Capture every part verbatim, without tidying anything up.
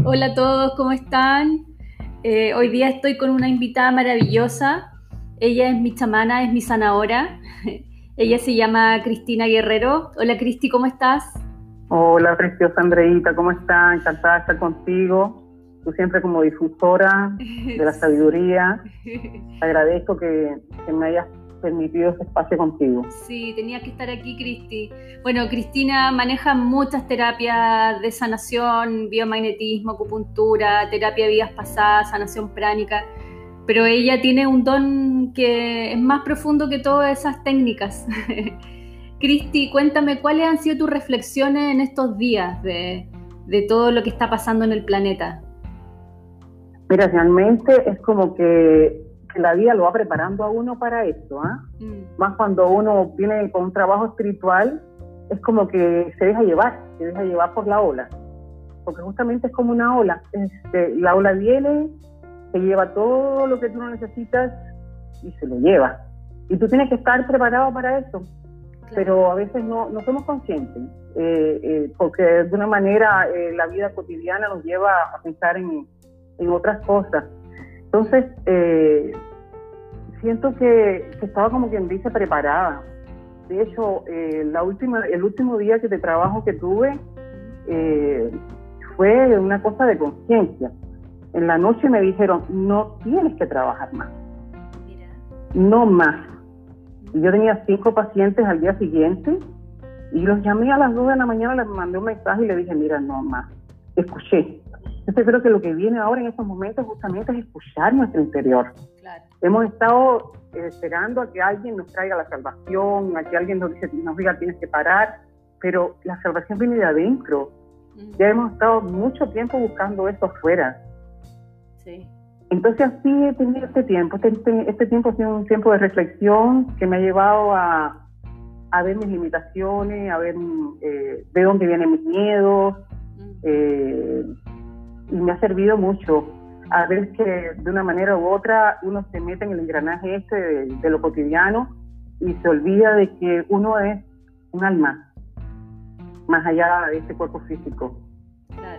Hola a todos, ¿cómo están? Eh, hoy día estoy con una invitada maravillosa. Ella es mi chamana, es mi sanadora. Ella se llama Cristina Guerrero. Hola Cristi, ¿cómo estás? Hola, preciosa Andreita, ¿cómo estás? Encantada de estar contigo. Tú siempre como difusora de la sabiduría. Te agradezco que, que me hayas permitido ese espacio contigo. Sí, tenía que estar aquí, Cristi. Bueno, Cristina maneja muchas terapias de sanación, biomagnetismo, acupuntura, terapia de vidas pasadas, sanación pránica, pero ella tiene un don que es más profundo que todas esas técnicas. Cristi, cuéntame, ¿cuáles han sido tus reflexiones en estos días de, de todo lo que está pasando en el planeta? Mira, realmente es como que, que la vida lo va preparando a uno para esto, ¿ah? ¿eh? Mm. Más cuando uno viene con un trabajo espiritual, es como que se deja llevar, se deja llevar por la ola, porque justamente es como una ola. Este, la ola viene, se lleva todo lo que tú no necesitas y se lo lleva. Y tú tienes que estar preparado para eso. Claro. Pero a veces no, no somos conscientes, eh, eh, porque de una manera eh, la vida cotidiana nos lleva a pensar en, en otras cosas. Entonces, eh, siento que, que estaba como quien dice preparada. De hecho, eh, la última, el último día que de trabajo que tuve eh, fue una cosa de conciencia. En la noche me dijeron, no tienes que trabajar más. Mira. No más. Y yo tenía cinco pacientes al día siguiente y los llamé a las dos de la mañana, les mandé un mensaje y le dije, mira, no más. Escuché. Yo creo que lo que viene ahora en estos momentos justamente es escuchar nuestro interior. Claro. Hemos estado eh, esperando a que alguien nos traiga la salvación, a que alguien nos, dice, nos diga tienes que parar, pero la salvación viene de adentro. Mm. Ya hemos estado mucho tiempo buscando eso afuera. Sí. Entonces así he tenido este tiempo, este, este tiempo ha sido un tiempo de reflexión que me ha llevado a, a ver mis limitaciones, a ver eh, de dónde vienen mis miedos, mm. eh, y me ha servido mucho a ver que de una manera u otra uno se mete en el engranaje este de, de lo cotidiano y se olvida de que uno es un alma más allá de este cuerpo físico. Claro.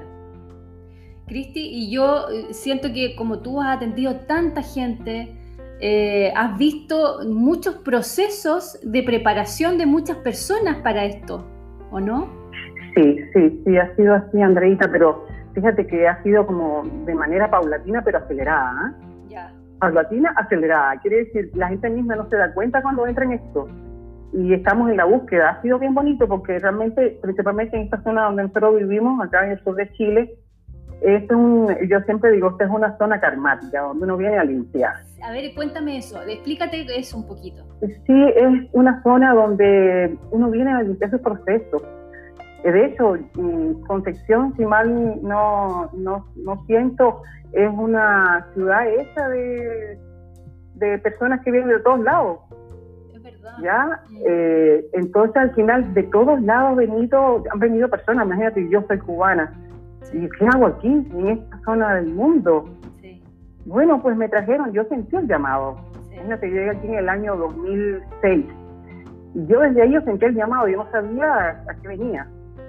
Cristi, y yo siento que como tú has atendido tanta gente, eh, has visto muchos procesos de preparación de muchas personas para esto, ¿o no? Sí, sí, sí, ha sido así, Andreita, pero fíjate que ha sido como de manera paulatina, pero acelerada. ¿eh? Ya. Paulatina, acelerada. Quiere decir, la gente misma no se da cuenta cuando entra en esto. Y estamos en la búsqueda. Ha sido bien bonito porque realmente, principalmente en esta zona donde nosotros vivimos, acá en el sur de Chile, es un, yo siempre digo, esta es una zona karmática, donde uno viene a limpiar. A ver, cuéntame eso, explícate eso un poquito. Sí, es una zona donde uno viene a limpiar sus procesos. De hecho, Concepción, si mal no, no, no siento, es una ciudad hecha de, de personas que vienen de todos lados. Es verdad. ¿Ya? Sí. Eh, entonces, al final, de todos lados han venido, han venido personas. Imagínate, yo soy cubana. Sí. ¿Y qué hago aquí, en esta zona del mundo? Sí. Bueno, pues me trajeron, yo sentí el llamado. Sí. Imagínate, yo llegué aquí en el año dos mil seis. Y yo desde ahí yo sentí el llamado, yo no sabía a qué venía.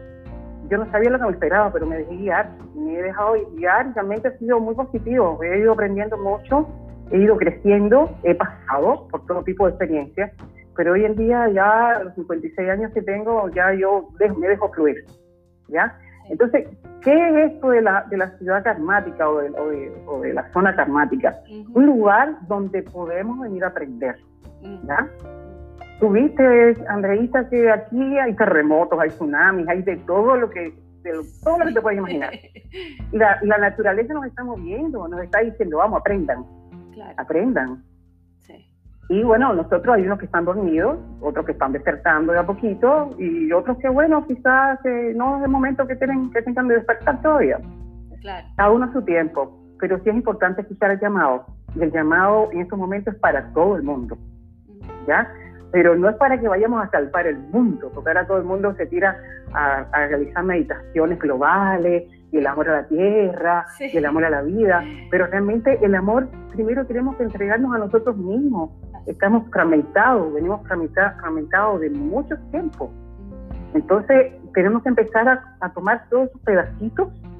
Yo no sabía lo que me esperaba, pero me dejé guiar, me he dejado guiar y realmente ha sido muy positivo. He ido aprendiendo mucho, he ido creciendo, he pasado por todo tipo de experiencias, pero hoy en día ya a los cincuenta y seis años que tengo, ya yo dejo, me dejo fluir, ¿ya? Entonces, ¿qué es esto de la, de la ciudad karmática o de, o, de, o de la zona karmática? Uh-huh. Un lugar donde podemos venir a aprender, ¿ya? Tú viste, Andreita, que aquí hay terremotos, hay tsunamis, hay de todo lo que, de todo lo que te puedes imaginar. Y la, la naturaleza nos está moviendo, nos está diciendo, vamos, aprendan, claro. aprendan. Sí. Y bueno, nosotros hay unos que están dormidos, otros que están despertando de a poquito, y otros que, bueno, quizás eh, no es el momento que tienen que tengan de despertar todavía. Claro. Cada uno a su tiempo, pero sí es importante escuchar el llamado. Y el llamado en estos momentos es para todo el mundo, ¿ya? Pero no es para que vayamos a salvar el mundo, porque ahora todo el mundo se tira a, a realizar meditaciones globales, y el amor a la tierra, sí. y el amor a la vida, pero realmente el amor primero tenemos que entregarnos a nosotros mismos. Estamos fragmentados, venimos fragmentados, fragmentados de mucho tiempo. Entonces tenemos que empezar a, a tomar todos esos pedacitos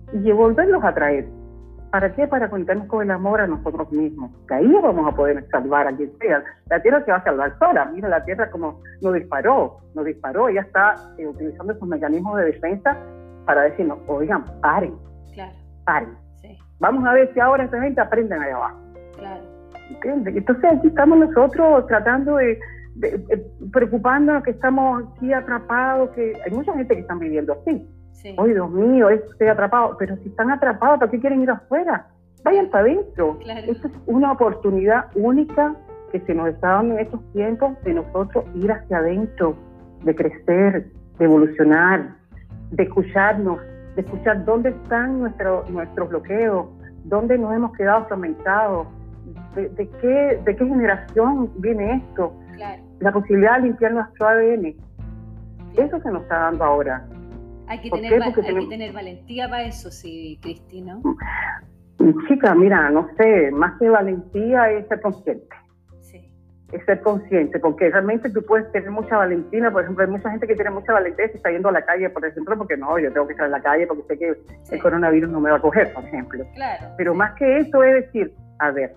y volverlos a traer. ¿Para qué? Para conectarnos con el amor a nosotros mismos. Que ahí vamos a poder salvar a quien sea. La Tierra se va a salvar sola. Mira, la Tierra como nos disparó, nos disparó. Ella está eh, utilizando esos mecanismos de defensa para decirnos, oigan, paren, claro. paren. Sí. Vamos a ver si ahora esta gente aprenden allá abajo. Claro. ¿Entiendes? Entonces aquí estamos nosotros tratando de, de, de preocupándonos que estamos aquí atrapados, que hay mucha gente que están viviendo así. Sí. ¡Ay, Dios mío, estoy atrapado! Pero si están atrapados, ¿para qué quieren ir afuera? Vayan para adentro. Claro. Esta es una oportunidad única que se nos está dando en estos tiempos de nosotros ir hacia adentro, de crecer, de evolucionar, de escucharnos, de escuchar dónde están nuestro, nuestros bloqueos, dónde nos hemos quedado fragmentados, de, de, qué, de qué generación viene esto, claro. La posibilidad de limpiar nuestro A D N. Eso se nos está dando ahora. Hay que, tener, hay tenemos... que tener valentía para eso, sí, Cristi, ¿no? Chica, mira, no sé, más que valentía es ser consciente. Sí. Es ser consciente, porque realmente tú puedes tener mucha valentía. Por ejemplo, hay mucha gente que tiene mucha valentía y se está yendo a la calle, por ejemplo, porque no, yo tengo que estar en la calle porque sé que sí. El coronavirus no me va a coger, por ejemplo. Claro. Pero sí. Más que eso es decir, a ver,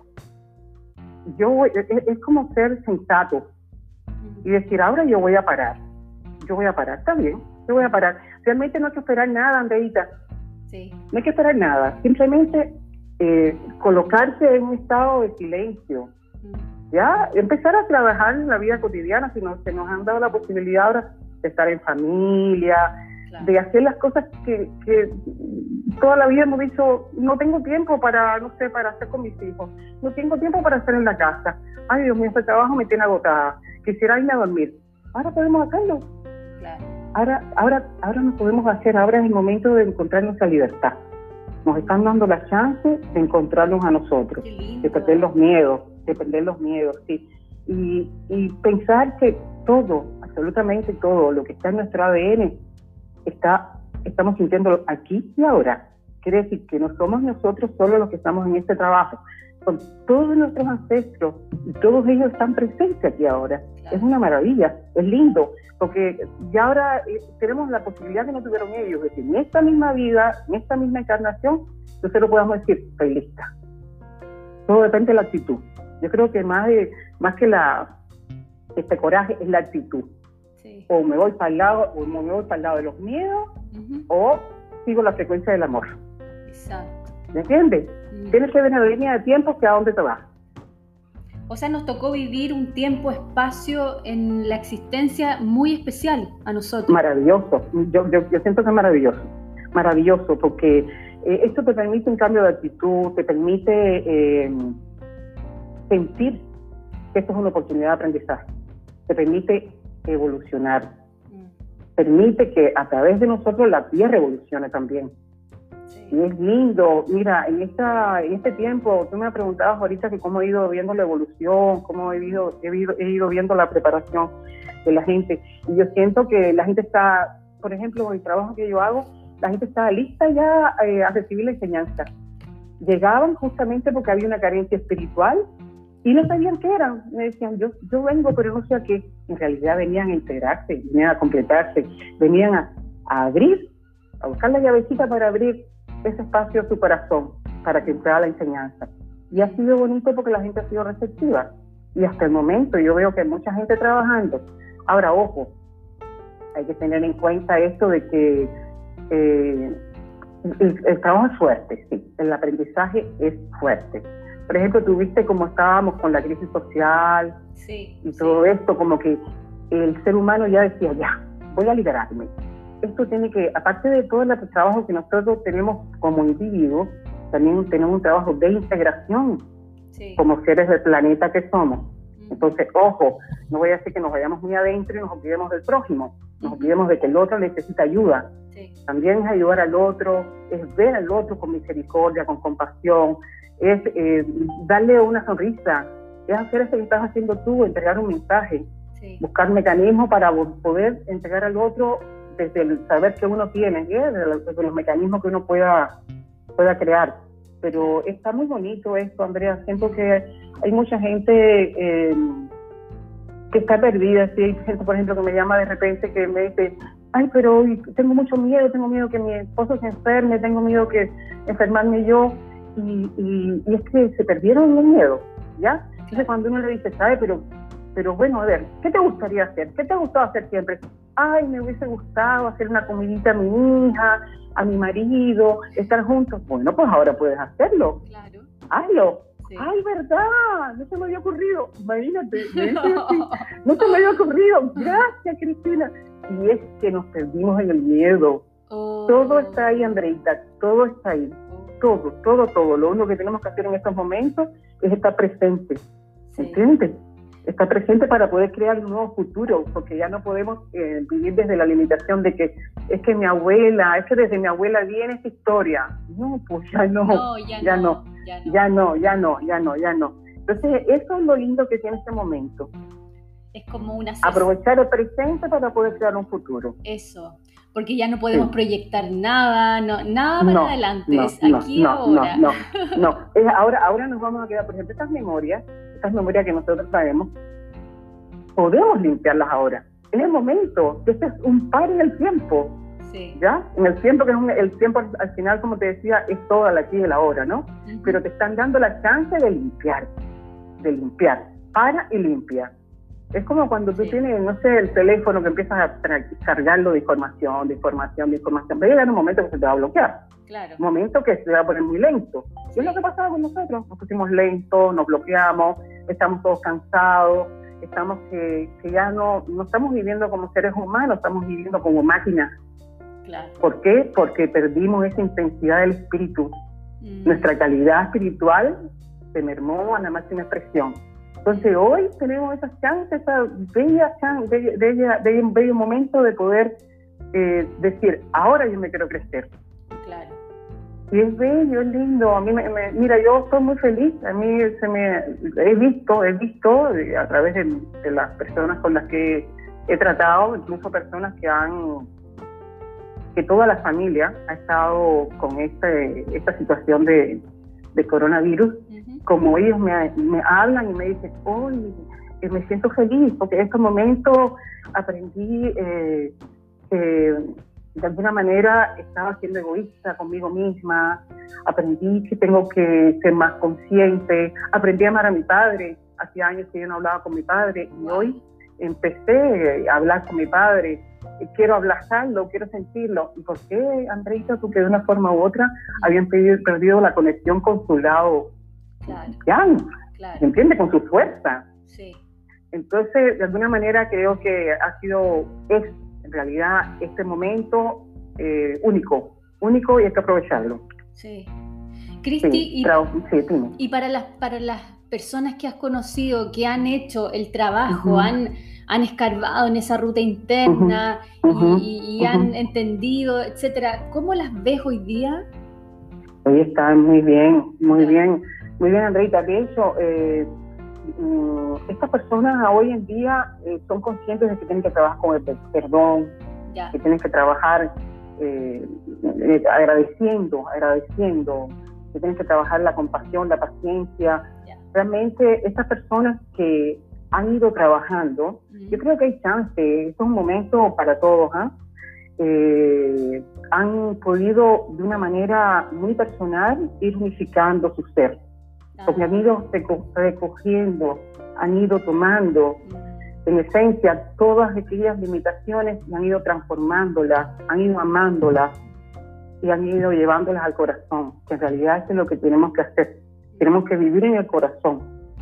yo es, es como ser sensato uh-huh. Y decir, ahora yo voy a parar. Yo voy a parar, está bien, yo voy a parar. Realmente no hay que esperar nada, Andreita. Sí. No hay que esperar nada. Simplemente eh, colocarse en un estado de silencio. Mm. Ya, empezar a trabajar en la vida cotidiana, si no, se nos han dado la posibilidad ahora de estar en familia, claro. De hacer las cosas que, que toda la vida hemos dicho, no tengo tiempo para, no sé, para hacer con mis hijos. No tengo tiempo para hacer en la casa. Ay, Dios mío, este trabajo me tiene agotada. Quisiera irme a dormir. Ahora podemos hacerlo. Claro. Ahora, ahora, ahora nos podemos hacer, ahora es el momento de encontrar nuestra libertad. Nos están dando la chance de encontrarnos a nosotros, de perder los miedos, de perder los miedos, sí. Y, y pensar que todo, absolutamente todo, lo que está en nuestro A D N, está, estamos sintiéndolo aquí y ahora. Quiere decir que no somos nosotros solo los que estamos en este trabajo, son todos nuestros ancestros y todos ellos están presentes aquí ahora. Claro. Es una maravilla, es lindo, porque ya ahora eh, tenemos la posibilidad que no tuvieron ellos, de que en esta misma vida, en esta misma encarnación, nosotros podamos decir, estoy lista. Todo depende de la actitud. Yo creo que más, de, más que la, este coraje es la actitud. Sí. O me voy para el lado, o me voy para el lado de los miedos, uh-huh. O sigo la frecuencia del amor. Exacto. ¿Me entiendes? Uh-huh. Tienes que ver en la línea de tiempo que a dónde te vas. O sea, nos tocó vivir un tiempo, espacio en la existencia muy especial a nosotros. Maravilloso. Yo, yo, yo siento que es maravilloso. Maravilloso, porque eh, esto te permite un cambio de actitud, te permite eh, sentir que esto es una oportunidad de aprendizaje, te permite evolucionar, mm. permite que a través de nosotros la Tierra evolucione también. Sí. Y es lindo. Mira, en esta en este tiempo, tú me preguntabas ahorita que cómo he ido viendo la evolución, cómo he ido, he ido, he ido viendo la preparación de la gente. Y yo siento que la gente está, por ejemplo, en el trabajo que yo hago, la gente está lista ya eh, a recibir la enseñanza. Llegaban justamente porque había una carencia espiritual y no sabían qué eran. Me decían, yo, yo vengo, pero no sé a qué. En realidad venían a integrarse, venían a completarse, venían a, a abrir, a buscar la llavecita para abrir ese espacio a su corazón, para que entrara la enseñanza. Y ha sido bonito porque la gente ha sido receptiva. Y hasta el momento yo veo que hay mucha gente trabajando. Ahora, ojo, hay que tener en cuenta esto de que eh, el, el trabajo es fuerte, sí, el aprendizaje es fuerte. Por ejemplo, tú viste cómo estábamos con la crisis social, sí, y todo sí. Esto, como que el ser humano ya decía, ya, voy a liberarme. Esto tiene que, aparte de todo el trabajo que nosotros tenemos como individuos, también tenemos un trabajo de integración, sí, como seres del planeta que somos. Uh-huh. Entonces, ojo, no voy a decir que nos vayamos muy adentro y nos olvidemos del prójimo, nos uh-huh. olvidemos de que el otro necesita ayuda. Sí. También es ayudar al otro, es ver al otro con misericordia, con compasión, es eh, darle una sonrisa, es hacer eso que estás haciendo tú, entregar un mensaje, sí, buscar mecanismos para poder entregar al otro desde el saber que uno tiene, ¿eh? desde, los, desde los mecanismos que uno pueda, pueda crear. Pero está muy bonito esto, Andrea. Siento que hay mucha gente eh, que está perdida. Sí, hay gente, por ejemplo, que me llama de repente que me dice, ay, pero tengo mucho miedo, tengo miedo que mi esposo se enferme, tengo miedo que enfermarme yo, y, y, y es que se perdieron el miedo, ¿ya? Entonces cuando uno le dice, ¿sabe? Pero, pero bueno, a ver, ¿qué te gustaría hacer? ¿Qué te ha gustado hacer siempre? Ay, me hubiese gustado hacer una comidita a mi hija, a mi marido, estar juntos. Bueno, pues ahora puedes hacerlo. Claro. Hazlo. Sí. Ay, verdad, no se me había ocurrido. Imagínate, no. no se me había ocurrido. Gracias, Cristina. Y es que nos perdimos en el miedo. Oh. Todo está ahí, Andreita, todo está ahí. Oh. Todo, todo, todo. Lo único que tenemos que hacer en estos momentos es estar presente. Sí. ¿Entiendes? Está presente para poder crear un nuevo futuro, porque ya no podemos eh, vivir desde la limitación de que es que mi abuela, es que desde mi abuela viene esa historia. No, pues ya no, no ya, ya, no, no, ya no, ya no, ya no, ya no, ya no. Entonces, eso es lo lindo que tiene este momento. Es como una... Aprovechar el presente para poder crear un futuro. Eso, porque ya no podemos sí. proyectar nada, no, nada para no, adelante, no, es aquí no, ahora. No, no, no. Es ahora, ahora nos vamos a quedar, por ejemplo, estas memorias, estas memorias que nosotros traemos, podemos limpiarlas ahora, en el momento, este es un par en el tiempo, sí. ¿ya? En el tiempo, que es un, el tiempo al final, como te decía, es toda la aquí y la hora, ¿no? Uh-huh. Pero te están dando la chance de limpiar, de limpiar, para y limpia. Es como cuando tú sí. tienes, no sé, el teléfono que empiezas a tra- cargarlo de información, de información, de información, va a llegar un momento que se te va a bloquear. Claro. Un momento que se va a poner muy lento. Sí. Y es lo que pasaba con nosotros, nos pusimos lentos, nos bloqueamos, estamos todos cansados, estamos que, que ya no, no estamos viviendo como seres humanos, estamos viviendo como máquinas. Claro. ¿Por qué? Porque perdimos esa intensidad del espíritu. Mm. Nuestra calidad espiritual se mermó a la máxima expresión. Entonces hoy tenemos esa chance, esa bella chance, bella, bella, bella, un bello momento de poder eh, decir, ahora yo me quiero crecer. Claro. Y es bello, es lindo. A mí me, me, mira, yo estoy muy feliz. A mí se me he visto, he visto a través de, de las personas con las que he tratado, incluso personas que han, que toda la familia ha estado con este, esta situación de, de coronavirus. Uh-huh. Como ellos me, me hablan y me dicen, hoy oh, me siento feliz porque en estos momentos aprendí eh, que de alguna manera estaba siendo egoísta conmigo misma, aprendí que tengo que ser más consciente, aprendí a amar a mi padre, hacía años que yo no hablaba con mi padre y hoy empecé a hablar con mi padre, quiero abrazarlo, quiero sentirlo. ¿Y por qué, Andreita, tú que de una forma u otra habían perdido, perdido la conexión con su lado claro. yang, claro. ¿entiendes? Con su fuerza. Sí. Entonces, de alguna manera creo que ha sido, es en realidad este momento eh, único, único y hay que aprovecharlo. Sí. Cristi, sí, y, pero, sí, y para las para las personas que has conocido, que han hecho el trabajo, uh-huh. han, han escarbado en esa ruta interna uh-huh. Uh-huh. y, y uh-huh. han entendido, etcétera, ¿cómo las ves hoy día? Hoy están muy bien, muy bien, muy bien, Andreita. De hecho, eh, estas personas hoy en día eh, son conscientes de que tienen que trabajar con el perdón, ya. que tienen que trabajar eh, eh, agradeciendo, agradeciendo, que tienen que trabajar la compasión, la paciencia. Ya. Realmente estas personas que han ido trabajando, uh-huh. yo creo que hay chance, es un momento para todos, ¿eh? Eh, han podido de una manera muy personal ir unificando su ser. Porque han ido recogiendo, han ido tomando, en esencia, todas aquellas limitaciones y han ido transformándolas, han ido amándolas y han ido llevándolas al corazón, que en realidad eso es lo que tenemos que hacer. Tenemos que vivir en el corazón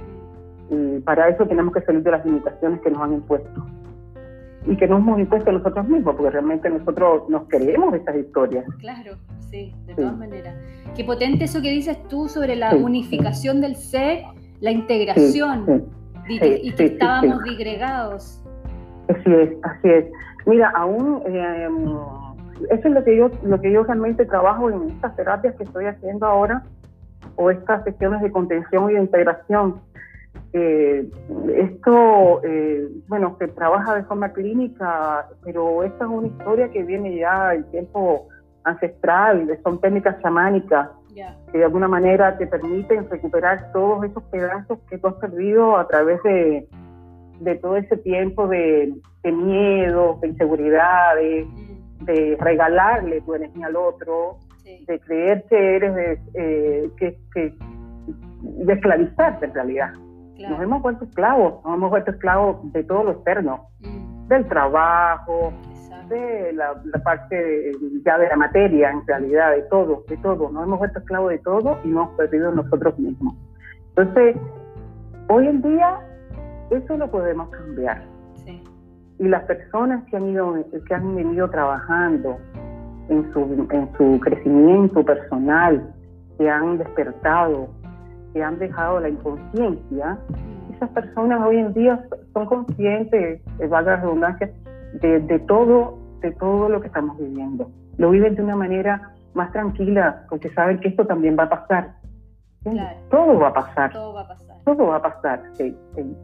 y para eso tenemos que salir de las limitaciones que nos han impuesto y que nos hemos impuesto a nosotros mismos, porque realmente nosotros nos creemos estas historias. Claro, sí, de sí. todas maneras. Qué potente eso que dices tú sobre la sí, unificación sí. del ser, la integración, sí, sí, y que, sí, y que sí, estábamos sí. digregados. Así es, así es. Mira, aún eh, eso es lo que yo lo que yo realmente trabajo en estas terapias que estoy haciendo ahora, o estas sesiones de contención y de integración. Eh, esto, eh, bueno, se trabaja de forma clínica, pero esta es una historia que viene ya del tiempo ancestral, son técnicas chamánicas yeah. que de alguna manera te permiten recuperar todos esos pedazos que tú has perdido a través de, de todo ese tiempo de, de miedo, de inseguridades, mm. de regalarle tu energía al otro, sí. de creer que eres, de, eh, que, que, de esclavizarte en realidad. Claro. Nos hemos vuelto esclavos, nos hemos vuelto esclavos de todo lo externo, mm. del trabajo, exacto. de la, la parte de, ya de la materia en realidad, de todo, de todo. Nos hemos vuelto esclavos de todo y nos hemos perdido nosotros mismos. Entonces, hoy en día, eso lo podemos cambiar. Sí. Y las personas que han, ido, que han venido trabajando en su, en su crecimiento personal, que han despertado, que han dejado la inconsciencia, esas personas hoy en día son conscientes, valga la redundancia, de, de, todo, de todo lo que estamos viviendo. Lo viven de una manera más tranquila, porque saben que esto también va a pasar. Claro. Todo va a pasar. Todo va a pasar. Todo va a pasar, sí, sí.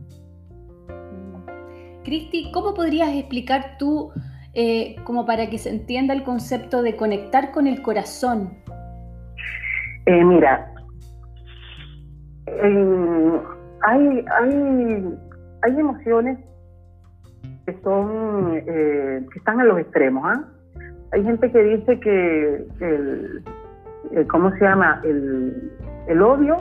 Cristi, ¿cómo podrías explicar tú, eh, como para que se entienda el concepto de conectar con el corazón? Eh, mira, Eh, hay, hay, hay emociones que son eh, que están a los extremos, ¿ah? ¿eh? Hay gente que dice que el, el ¿cómo se llama? El, el odio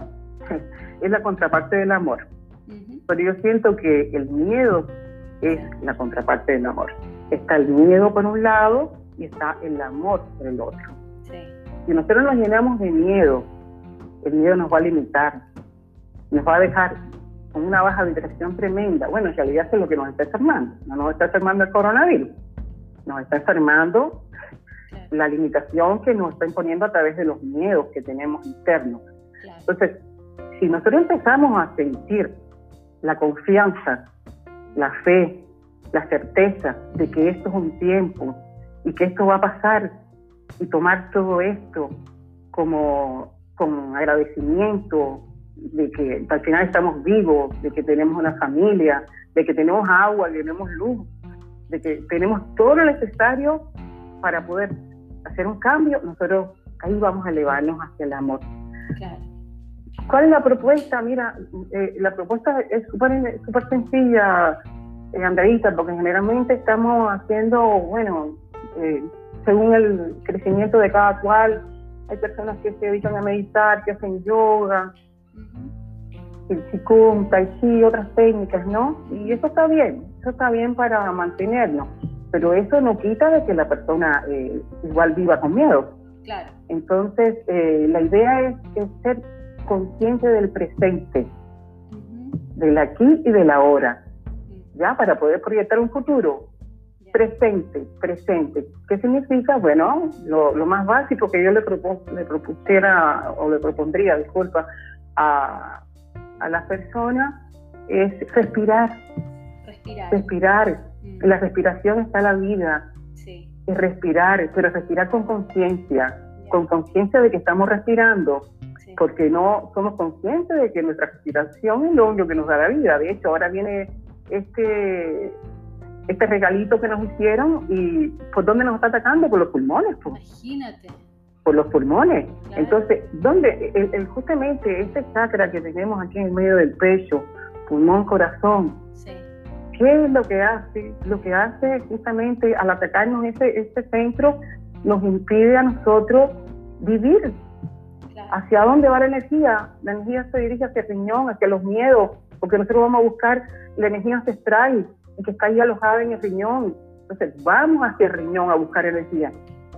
es la contraparte del amor. Uh-huh. Pero yo siento que el miedo es la contraparte del amor. Está el miedo por un lado y está el amor por el otro. Sí. Si nosotros nos llenamos de miedo, el miedo nos va a limitar, nos va a dejar con una baja vibración tremenda. Bueno, en realidad es lo que nos está enfermando. No nos está enfermando el coronavirus, nos está enfermando claro. la limitación que nos está imponiendo a través de los miedos que tenemos internos. Claro. Entonces, si nosotros empezamos a sentir la confianza, la fe, la certeza de que esto es un tiempo y que esto va a pasar, y tomar todo esto como con agradecimiento de que al final estamos vivos, de que tenemos una familia, de que tenemos agua, de que tenemos luz, de que tenemos todo lo necesario para poder hacer un cambio, nosotros ahí vamos a elevarnos hacia el amor. Claro. ¿Cuál es la propuesta? Mira, eh, la propuesta es súper súper sencilla, eh, Andreita, porque generalmente estamos haciendo, bueno, eh, según el crecimiento de cada cual, hay personas que se dedican a meditar, que hacen yoga, uh-huh. el qigong, tai chi, otras técnicas, ¿no? Y eso está bien, eso está bien para mantenernos, pero eso no quita de que la persona eh, igual viva con miedo. Claro. Entonces, eh, la idea es, es ser consciente del presente, uh-huh. del aquí y del ahora, uh-huh. ¿ya? Para poder proyectar un futuro. Yeah. Presente, presente. ¿Qué significa? Bueno, lo, lo más básico que yo le, propo, le propusiera, o le propondría, disculpa, a, a las personas es respirar. Respirar. Respirar. Mm. En la respiración está la vida. Sí. Es respirar, pero respirar con conciencia, yeah. con conciencia de que estamos respirando. Sí. Porque no somos conscientes de que nuestra respiración es lo único que nos da la vida. De hecho, ahora viene este, este regalito que nos hicieron, y ¿por dónde nos está atacando? Por los pulmones. Pues. Imagínate. Por los pulmones. Claro. Entonces, ¿dónde? El, el, justamente este chakra que tenemos aquí en el medio del pecho, pulmón, corazón, sí. ¿qué es lo que hace? Lo que hace justamente al atacarnos ese, este centro, nos impide a nosotros vivir. ¿Hacia dónde va la energía? La energía se dirige hacia el riñón, hacia los miedos, porque nosotros vamos a buscar la energía ancestral que está ahí alojada en el riñón. Entonces vamos hacia el riñón a buscar energía,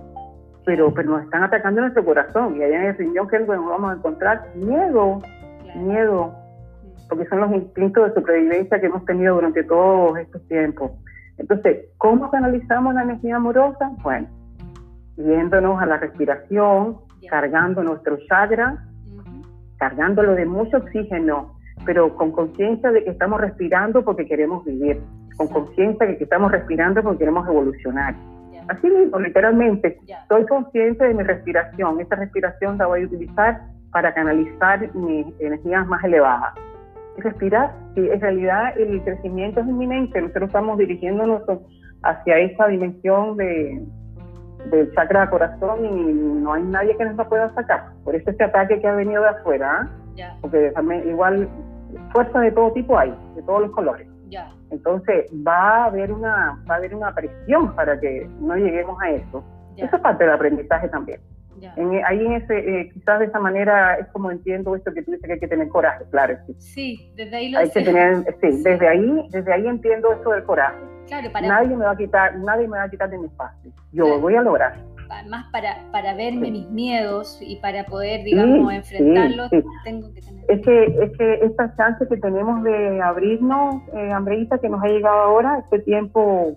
pero, pero nos están atacando nuestro corazón, y allá en el riñón, ¿qué es lo que nos vamos a encontrar? Miedo, claro. miedo, porque son los instintos de supervivencia que hemos tenido durante todos estos tiempos. Entonces, ¿cómo canalizamos la energía amorosa? Bueno, yéndonos a la respiración, cargando nuestro chakra, uh-huh. cargándolo de mucho oxígeno, pero con conciencia de que estamos respirando porque queremos vivir, con conciencia de que estamos respirando porque queremos evolucionar. Yeah. Así mismo, literalmente, yeah. soy consciente de mi respiración. Esta respiración la voy a utilizar para canalizar mis energías más elevadas. Respirar, y en realidad el crecimiento es inminente. Nosotros estamos dirigiéndonos hacia esa dimensión de del chakra corazón, y no hay nadie que nos la pueda sacar. Por eso este ataque que ha venido de afuera, ¿eh? Yeah. Porque también, igual fuerza de todo tipo hay, de todos los colores. Ya. Entonces va a haber una, va a haber una presión para que no lleguemos a eso. Ya. Eso es parte del aprendizaje también. En, ahí en ese, eh, quizás de esa manera es como entiendo esto que tú dices que hay que tener coraje, claro. Sí, sí desde ahí lo hay que tener, sí, sí, desde ahí, desde ahí entiendo esto del coraje. Claro, para nadie me va a quitar, nadie me va a quitar de mi espacio. Yo claro. voy a lograr. Más para, para verme sí. mis miedos y para poder, digamos, sí, enfrentarlos, sí, sí. tengo que tener. Es que, es que esta chance que tenemos de abrirnos, eh, Andreita, que nos ha llegado ahora, este tiempo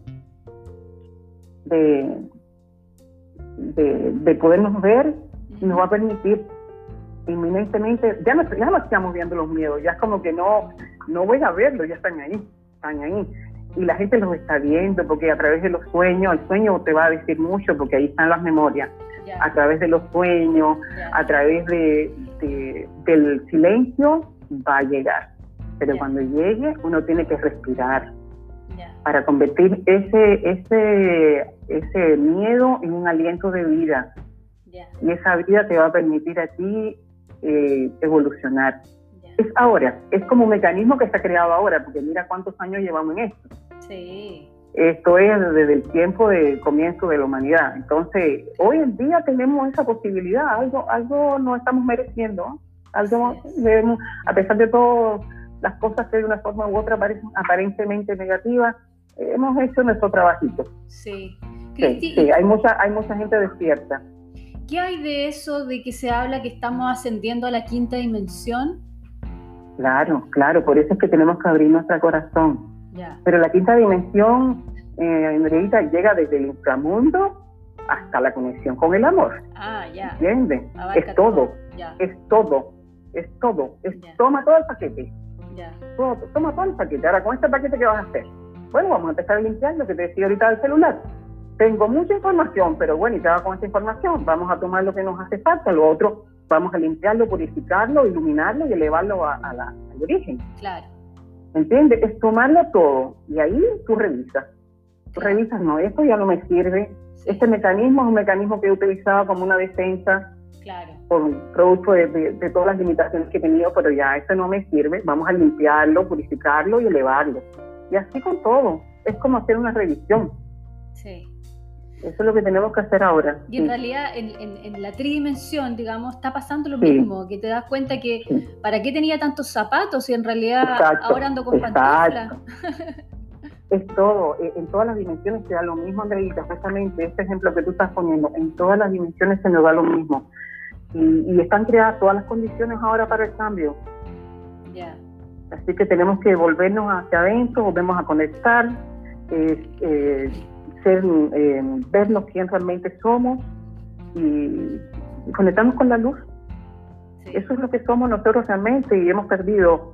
de De, de podernos ver, uh-huh. nos va a permitir inminentemente, ya no, ya no estamos viendo los miedos, ya es como que no, no voy a verlos, ya están ahí, están ahí. Y la gente los está viendo, porque a través de los sueños, el sueño te va a decir mucho, porque ahí están las memorias, yeah. a través de los sueños, yeah. a través de, de, del silencio, va a llegar. Pero yeah. cuando llegue, uno tiene que respirar. Para convertir ese, ese, ese miedo en un aliento de vida. Yeah. Y esa vida te va a permitir a ti eh, evolucionar. Yeah. Es ahora, es como un mecanismo que se ha creado ahora, porque mira cuántos años llevamos en esto. Sí. Esto es desde el tiempo de comienzo de la humanidad. Entonces, hoy en día tenemos esa posibilidad, algo, algo nos estamos mereciendo, algo sí. debemos, a pesar de todo, las cosas que de una forma u otra parecen aparentemente negativas, hemos hecho nuestro trabajito. Sí. Cristi, sí, sí, hay mucha, hay mucha gente despierta. ¿Qué hay de eso de que se habla que estamos ascendiendo a la quinta dimensión? Claro, claro, por eso es que tenemos que abrir nuestro corazón. Ya. Pero la quinta dimensión, eh, Andreita, llega desde el inframundo hasta la conexión con el amor. Ah, ya. ¿Entiendes? Es todo, todo. Ya. es todo, es todo. Es, toma todo el paquete. Ya. Todo, toma todo el paquete. Ahora, con este paquete, ¿qué vas a hacer? Bueno, vamos a empezar a limpiar lo que te decía ahorita del celular. Tengo mucha información, pero bueno, ¿y qué hago con esta información? Vamos a tomar lo que nos hace falta, lo otro, vamos a limpiarlo, purificarlo, iluminarlo y elevarlo a, a la, al origen. Claro. ¿Entiendes? Es tomarlo todo y ahí tú revisas. Tú claro. revisas, no, esto ya no me sirve. Sí. Este mecanismo es un mecanismo que he utilizado como una defensa. Claro. Por producto de, de, de todas las limitaciones que he tenido, pero ya esto no me sirve. Vamos a limpiarlo, purificarlo y elevarlo. Y así con todo, es como hacer una revisión. Sí. Eso es lo que tenemos que hacer ahora. Y en sí. realidad, en, en, en la tridimensión, digamos, está pasando lo sí. mismo, que te das cuenta que, sí. ¿para qué tenía tantos zapatos? Y en realidad exacto, ahora ando con pantuflas. Es todo, en todas las dimensiones se da lo mismo, Andreita, exactamente, este ejemplo que tú estás poniendo, en todas las dimensiones se nos da lo mismo. Y, y están creadas todas las condiciones ahora para el cambio. Ya. Yeah. Así que tenemos que volvernos hacia adentro, volvemos a conectar, eh, eh, ser, eh, vernos quién realmente somos y, y conectarnos con la luz. Sí. Eso es lo que somos nosotros realmente y hemos perdido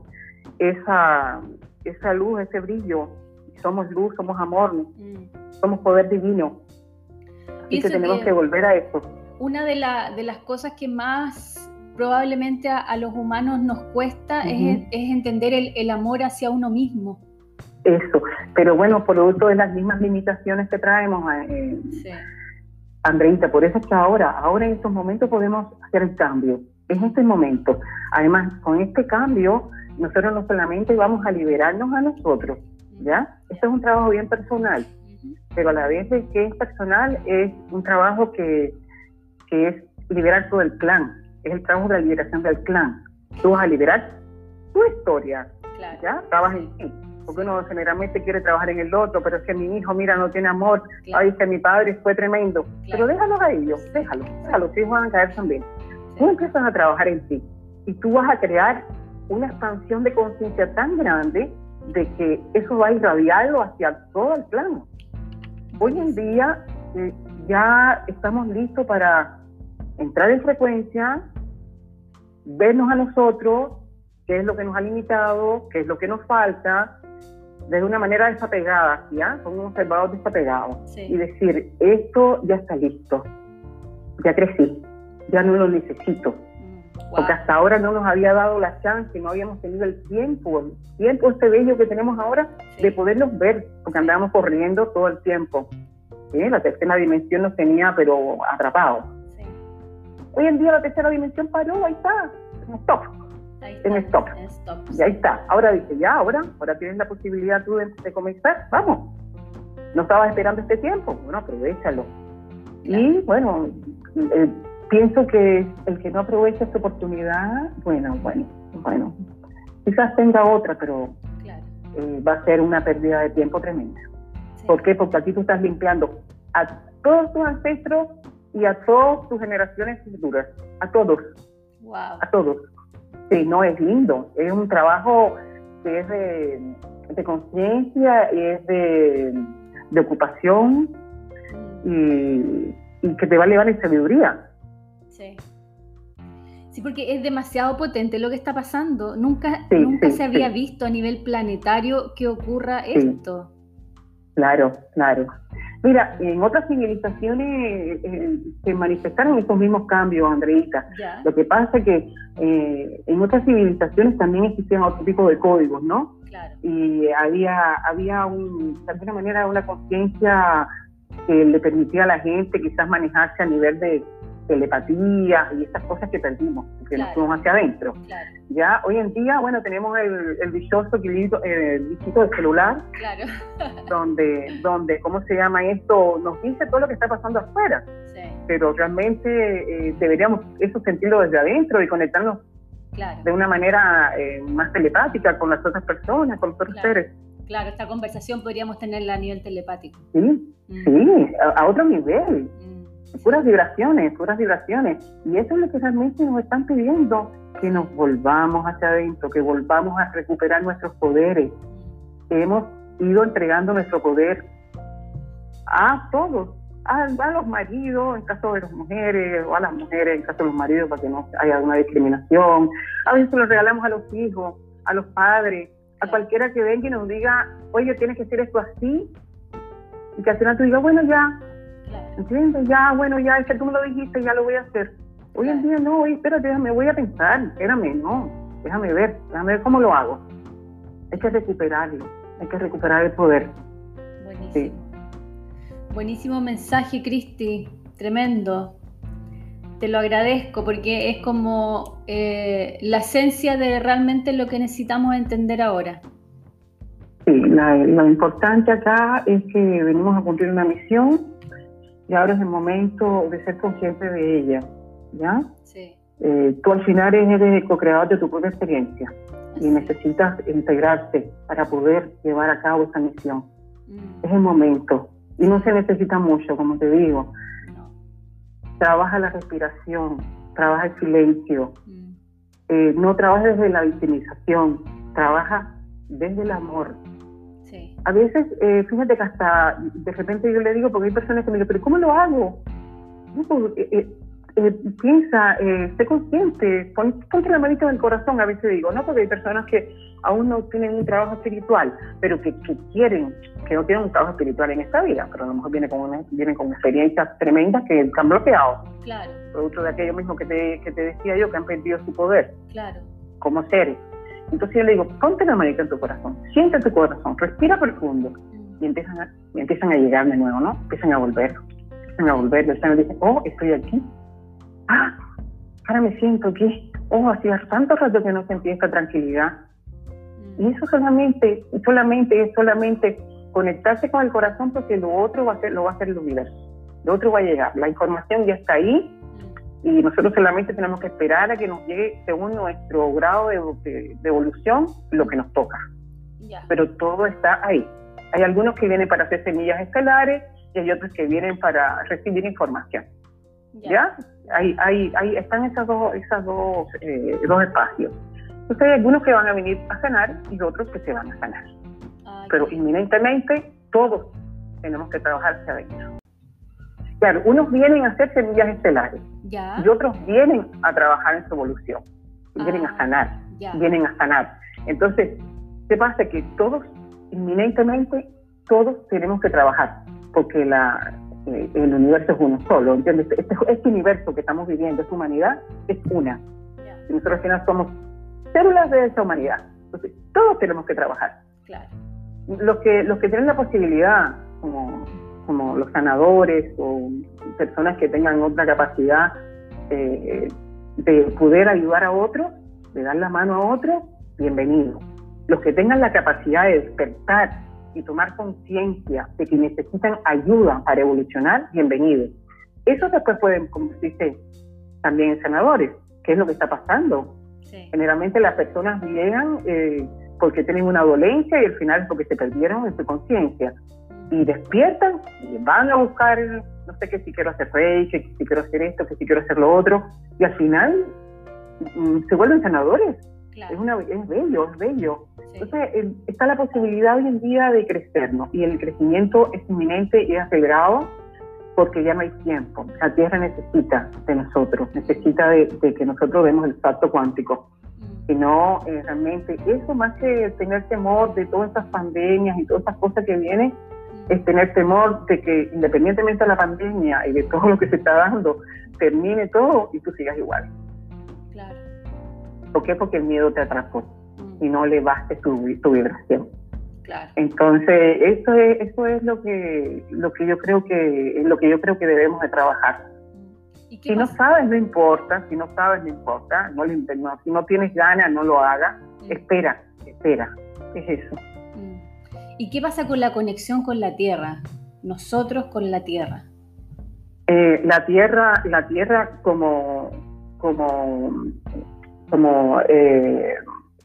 esa, esa luz, ese brillo. Somos luz, somos amor, mm. somos poder divino. Así Pienso que tenemos que, que volver a eso. Una de, la, de las cosas que más probablemente a, a los humanos nos cuesta uh-huh. es, es entender el, el amor hacia uno mismo. Eso, pero bueno, producto de las mismas limitaciones que traemos, eh, sí. Andreita, por eso es que ahora, ahora en estos momentos podemos hacer el cambio, en este momento. Además, con este cambio, nosotros no solamente vamos a liberarnos a nosotros, ¿ya? Esto es un trabajo bien personal, uh-huh. pero a la vez de que es personal, es un trabajo que, que es liberar todo el clan. Es el trabajo de la liberación del clan. Tú vas a liberar tu historia, claro. ¿ya? Trabaja en ti. Porque uno generalmente quiere trabajar en el otro, pero es que mi hijo, mira, no tiene amor. Claro. Ay, es que mi padre fue tremendo. Claro. Pero déjalos a ellos, déjalos, déjalos, ellos van a caer también. Sí. Tú empiezas a trabajar en ti y tú vas a crear una expansión de conciencia tan grande de que eso va a irradiarlo hacia todo el plano. Hoy en día eh, ya estamos listos para entrar en frecuencia, vernos a nosotros, qué es lo que nos ha limitado, qué es lo que nos falta, de una manera desapegada, ¿ya? Como un observador desapegado. Sí. Y decir, esto ya está listo, ya crecí, ya no lo necesito. Mm, wow. Porque hasta ahora no nos había dado la chance, no habíamos tenido el tiempo, el tiempo este bello que tenemos ahora, sí. de poderlos ver, porque andábamos corriendo todo el tiempo. ¿Sí? La tercera dimensión nos tenía, pero atrapados. Sí. Hoy en día la tercera dimensión paró, ahí está, stop. ahí está, en stop. stop sí. Y ahí está. Ahora dice, ya, ahora, ahora tienes la posibilidad tú de, de comenzar, vamos. No estabas esperando este tiempo, bueno, aprovechalo. Claro. Y bueno, eh, pienso que el que no aprovecha esta oportunidad, bueno, bueno, bueno, quizás tenga otra, pero claro. eh, va a ser una pérdida de tiempo tremenda. Sí. ¿Por qué? Porque aquí tú estás limpiando a todos tus ancestros y a todas tus generaciones futuras, a todos, wow. a todos. Sí, no, es lindo, es un trabajo que es de, de conciencia, es de, de ocupación mm. y, y que te va a elevar en sabiduría. Sí. Sí, porque es demasiado potente lo que está pasando. Nunca, sí, nunca sí, se había sí. visto a nivel planetario que ocurra sí. esto. Claro, claro. Mira, en otras civilizaciones eh, se manifestaron estos mismos cambios, Andreita. Ya. Lo que pasa es que eh, en otras civilizaciones también existían otro tipo de códigos, ¿no? Claro. Y había, había un, de alguna manera una conciencia que le permitía a la gente quizás manejarse a nivel de telepatía y estas cosas que perdimos, que claro. nos fuimos hacia adentro. Claro. Ya hoy en día, bueno, tenemos el, el dichoso equilibrio, el distrito del celular, claro. donde, donde, ¿cómo se llama esto? Nos dice todo lo que está pasando afuera, sí. pero realmente eh, deberíamos eso sentirlo desde adentro y conectarnos claro. de una manera eh, más telepática con las otras personas, con los otros claro. seres. Claro, esta conversación podríamos tenerla a nivel telepático. Sí, mm. sí, a, a otro nivel. Mm. Puras vibraciones, puras vibraciones. Y eso es lo que realmente nos están pidiendo, que nos volvamos hacia adentro, que volvamos a recuperar nuestros poderes. Hemos ido entregando nuestro poder a todos, a, a los maridos en caso de las mujeres, o a las mujeres en caso de los maridos para que no haya alguna discriminación. A veces lo regalamos a los hijos, a los padres, a cualquiera que venga y nos diga, oye, tienes que hacer esto así, y que al final tú digas, bueno, ya, ¿entiendes? Ya, bueno, ya, es que tú me lo dijiste, ya lo voy a hacer. Hoy en día no, oye, espérate, déjame, voy a pensar, espérame, no, déjame ver, déjame ver cómo lo hago. Hay que recuperarlo, hay que recuperar el poder. Buenísimo. Sí. Buenísimo mensaje, Cristi, tremendo. Te lo agradezco porque es como eh, la esencia de realmente lo que necesitamos entender ahora. Sí, la, lo importante acá es que venimos a cumplir una misión y ahora es el momento de ser consciente de ella, ¿ya? Sí. Eh, tú al final eres el co-creador de tu propia experiencia y sí. necesitas integrarte para poder llevar a cabo esa misión. Mm. Es el momento y no se necesita mucho, como te digo. No. Trabaja la respiración, trabaja el silencio, mm. eh, no trabaja desde la victimización, trabaja desde el amor. Sí. A veces, eh, fíjate que hasta de repente yo le digo, porque hay personas que me dicen, pero ¿cómo lo hago? No, pues, eh, eh, eh, piensa, eh, sé consciente, pon, ponte la manita en el corazón, a veces digo, ¿no? Porque hay personas que aún no tienen un trabajo espiritual, pero que, que quieren, que no tienen un trabajo espiritual en esta vida, pero a lo mejor vienen con, una, vienen con experiencias tremendas que se han bloqueado. Claro. Producto de aquello mismo que te, que te decía yo, que han perdido su poder. Claro. Como seres. Entonces yo le digo, ponte la manita en tu corazón, siente tu corazón, respira profundo, mm. y empiezan a, y empiezan a llegar de nuevo, ¿no? Empiezan a volver, empiezan a volver, el Señor dice, oh, estoy aquí, ah, ahora me siento aquí, oh, hacía tanto rato que no sentí esta tranquilidad, mm. y eso solamente, solamente es solamente conectarse con el corazón, porque lo otro va a ser, lo va a hacer el universo, lo otro va a llegar, la información ya está ahí, y nosotros solamente tenemos que esperar a que nos llegue según nuestro grado de, de, de evolución lo que nos toca. Yeah. Pero todo está ahí. Hay algunos que vienen para hacer semillas estelares y hay otros que vienen para recibir información. Yeah. ¿Ya? Hay, hay, hay, están esas dos, esas dos, eh, dos espacios. Entonces hay algunos que van a venir a sanar y otros que se van a sanar. Ah, Pero yeah. inminentemente todos tenemos que trabajar hacia adentro. Claro, unos vienen a hacer semillas estelares ya. y otros vienen a trabajar en su evolución, ah, vienen a sanar, ya. vienen a sanar. Entonces, ¿qué pasa? Que todos, inminentemente, todos tenemos que trabajar, porque la, eh, el universo es uno solo, ¿entiendes? Este, este universo que estamos viviendo, esta humanidad, es una. Ya. Y nosotros al final somos células de esa humanidad. Entonces, todos tenemos que trabajar. Claro. Los que, los que tienen la posibilidad, como... como los sanadores o personas que tengan otra capacidad eh, de poder ayudar a otros, de dar la mano a otro, bienvenido. Los que tengan la capacidad de despertar y tomar conciencia de que necesitan ayuda para evolucionar, bienvenidos. Eso después pueden convertirse también en sanadores, que es lo que está pasando. Sí. Generalmente las personas llegan eh, porque tienen una dolencia y al final es porque se perdieron en su conciencia. Y despiertan y van a buscar, no sé, que si quiero hacer reiki, que si quiero hacer esto, que si quiero hacer lo otro. Y al final mm, se vuelven sanadores. Claro. Es, una, es bello, es bello. Sí. Entonces eh, está la posibilidad hoy en día de crecernos. Y el crecimiento es inminente y es acelerado porque ya no hay tiempo. La Tierra necesita de nosotros, necesita de, de que nosotros demos el salto cuántico. Si no, eh, realmente, eso más que tener temor de todas estas pandemias y todas estas cosas que vienen, es tener temor de que independientemente de la pandemia y de todo lo que se está dando, termine todo y tú sigas igual. Claro. ¿Por qué? Porque el miedo te atrapó mm. y no le baste tu, tu vibración. Claro. Entonces, eso es, eso es lo que, lo que yo creo que, lo que yo creo que debemos de trabajar. ¿Y qué si pasa? no sabes, no importa, si no sabes, no importa, no, no, si no tienes ganas, no lo hagas, mm. espera, espera, es eso. Mm. ¿Y qué pasa con la conexión con la Tierra? Nosotros con la Tierra. Eh, la Tierra, la Tierra como, como, como, eh,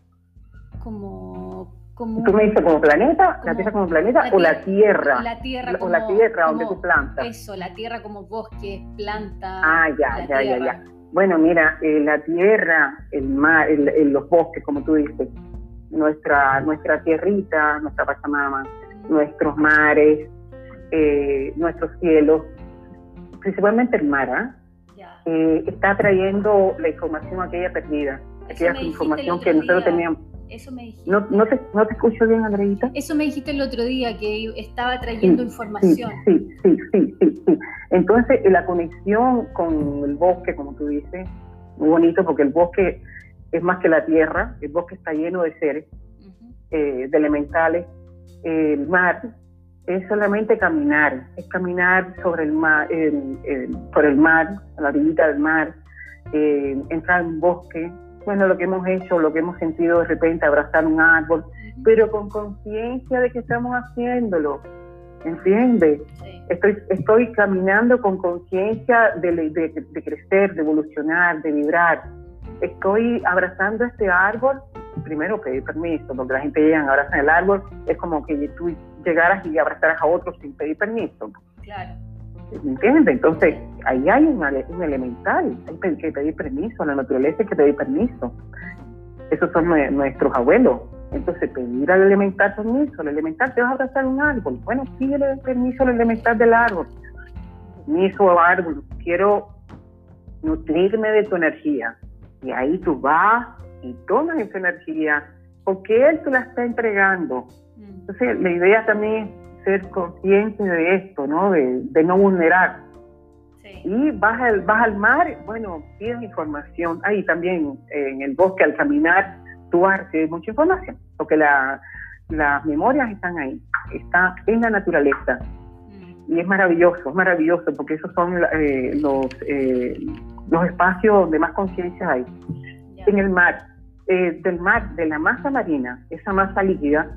como, como. ¿Tú me dices como planeta? Como, ¿la Tierra como planeta la o la Tierra? La Tierra o como, la Tierra como, donde tú plantas. Eso, la Tierra como bosque, planta. Ah, ya, ya, ya, ya. Bueno, mira, eh, la Tierra, el mar, el, el, los bosques, como tú dices. Nuestra, nuestra tierrita, nuestra Pachamama, mm. nuestros mares, eh, nuestros cielos, principalmente el mar, ¿eh? Yeah. Eh, está trayendo la información aquella perdida, Eso aquella información que nosotros día. teníamos. Eso me dijiste. ¿No, no, te, ¿No te escucho bien, Andreita? Eso me dijiste el otro día, que estaba trayendo sí, información. Sí, sí, sí, sí, sí. Entonces, la conexión con el bosque, como tú dices, muy bonito, porque el bosque es más que la tierra, el bosque está lleno de seres, uh-huh. eh, de elementales. Eh, el mar es solamente caminar, es caminar sobre el mar, el, el, por el mar, a la orillita del mar, eh, entrar en un bosque. Bueno, lo que hemos hecho, lo que hemos sentido de repente, abrazar un árbol, uh-huh. pero con conciencia de que estamos haciéndolo, ¿entiendes? Sí. Estoy, estoy caminando con conciencia de, de, de crecer, de evolucionar, de vibrar. Estoy abrazando este árbol, primero pedir permiso, porque la gente llega y abraza el árbol, es como que tú llegaras y abrazaras a otro sin pedir permiso. Claro. ¿Entiendes? Entonces, ahí hay un, un elemental, hay que pedir permiso, a la naturaleza hay que pedir permiso. Esos son nuestros abuelos. Entonces, pedir al elemental permiso, el elemental te vas a abrazar un árbol. Bueno, pídele permiso al elemental del árbol. Permiso árbol, quiero nutrirme de tu energía. Y ahí tú vas y tomas esa energía, porque él te la está entregando. Entonces, la idea también es ser consciente de esto, ¿no? De, de no vulnerar. Sí. Y vas al, vas al mar, bueno, pides información. Ahí también, eh, en el bosque, al caminar, tú vas a recibir mucha información, porque la, las memorias están ahí, están en la naturaleza. Mm. Y es maravilloso, es maravilloso, porque esos son eh, los... Eh, los espacios donde más conciencia hay. Yeah. En el mar, eh, del mar, de la masa marina, esa masa líquida,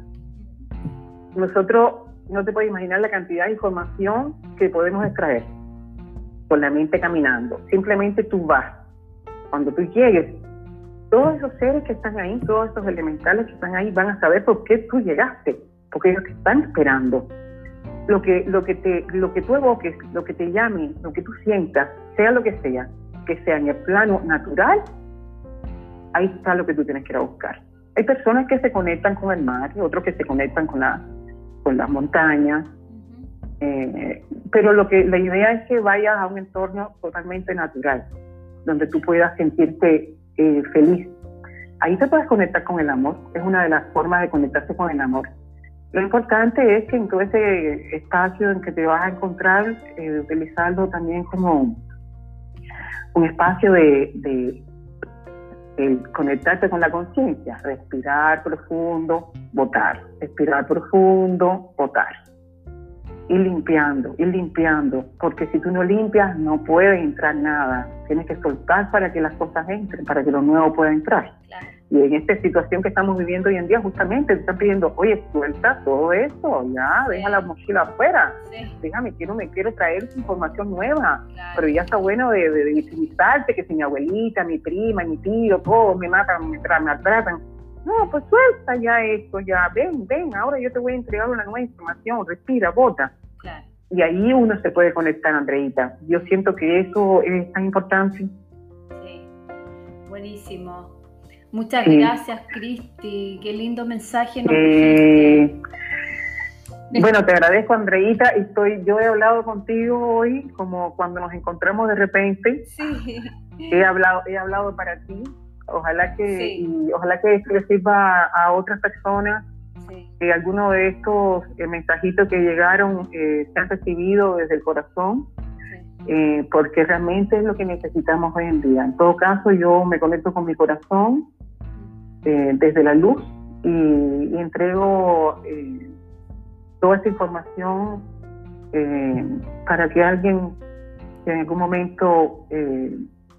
nosotros no te puedes imaginar la cantidad de información que podemos extraer con la mente caminando. Simplemente tú vas. Cuando tú llegues, todos esos seres que están ahí, todos esos elementales que están ahí, van a saber por qué tú llegaste, porque ellos te están esperando. Lo que, lo que te, lo que tú evoques, lo que te llame, lo que tú sientas, sea lo que sea, que sea en el plano natural, ahí está lo que tú tienes que ir a buscar. Hay personas que se conectan con el mar, otros que se conectan con, la, con las montañas, uh-huh. eh, pero lo que, la idea es que vayas a un entorno totalmente natural, donde tú puedas sentirte eh, feliz. Ahí te puedes conectar con el amor, es una de las formas de conectarse con el amor. Lo importante es que en todo ese espacio en que te vas a encontrar, eh, utilizarlo también como un espacio de, de, de conectarte con la conciencia, respirar profundo, botar, respirar profundo, botar. ir limpiando, ir limpiando, porque si tú no limpias no puede entrar nada. Tienes que soltar para que las cosas entren, para que lo nuevo pueda entrar. Claro. Y en esta situación que estamos viviendo hoy en día, justamente te están pidiendo, oye, suelta todo eso, ya, sí. deja la mochila afuera, sí. déjame, quiero, me quiero traer información nueva, claro. pero ya está bueno de, de, de victimizarte, que si mi abuelita, mi prima, mi tío, todos me matan, me, tra- me maltratan. No, pues suelta ya esto, ya, ven, ven, ahora yo te voy a entregar una nueva información, respira, bota. Claro. Y ahí uno se puede conectar, Andreita. Yo siento que eso es tan importante. Sí, buenísimo. Muchas sí. gracias, Cristi. Qué lindo mensaje nos eh, dijiste. Bueno, te agradezco, Andreita. Estoy, yo he hablado contigo hoy, como cuando nos encontramos de repente. Sí. He hablado, he hablado para ti. Ojalá que, sí. y ojalá que esto le sirva a, a otras personas. Sí. Que algunos de estos eh, mensajitos que llegaron eh, se han recibido desde el corazón. Eh, porque realmente es lo que necesitamos hoy en día. En todo caso, yo me conecto con mi corazón eh, desde la luz y, y entrego eh, toda esta información eh, para que alguien que en algún momento eh,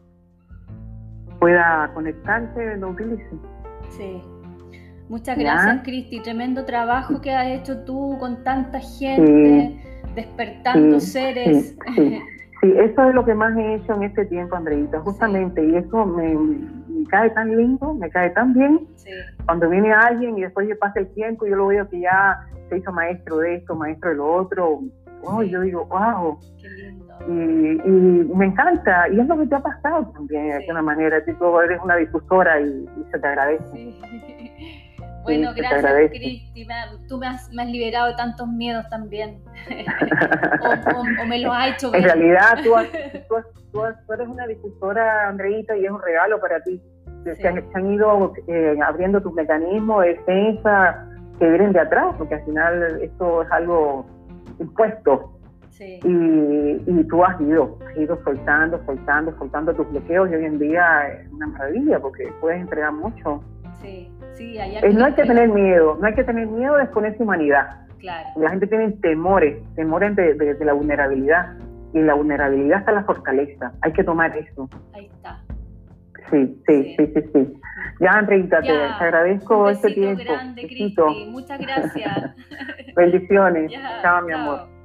pueda conectarse lo utilice. Sí. Muchas gracias, ¿ya? Cristi. Tremendo trabajo que has hecho tú con tanta gente, sí. despertando sí, seres. Sí, sí. Sí, eso es lo que más he hecho en este tiempo, Andreita, justamente, sí. y eso me, me cae tan lindo, me cae tan bien, sí. cuando viene alguien y después ya pasa el tiempo y yo lo veo que ya se hizo maestro de esto, maestro de lo otro, oh, sí. yo digo, wow, qué lindo. Y, y me encanta, y es lo que te ha pasado también, sí. de alguna manera, tú eres una difusora y, y se te agradece. Sí. Bueno, sí, gracias, Cristi. Tú me has, me has liberado de tantos miedos también. o, o, o me lo has hecho ver. En realidad, tú, has, tú, has, tú, has, tú eres una difusora, Andreita, y es un regalo para ti. Sí. Se, han, se han ido eh, abriendo tus mecanismos de defensa que vienen de atrás, porque al final esto es algo impuesto. Sí. Y, y tú has ido, has ido soltando, soltando, soltando tus bloqueos, y hoy en día es una maravilla, porque puedes entregar mucho. Sí, sí, allá es, no hay que tener miedo, no hay que tener miedo de exponer su humanidad. Claro. La gente tiene temores, temores de, de, de la vulnerabilidad, y en la vulnerabilidad está la fortaleza, hay que tomar eso. Ahí está. Sí, sí, sí, sí, sí. sí. Ya, Andreita, te, te agradezco este tiempo. Grande, Cristi. Muchas gracias. Bendiciones. Ya, chao, mi chao. amor.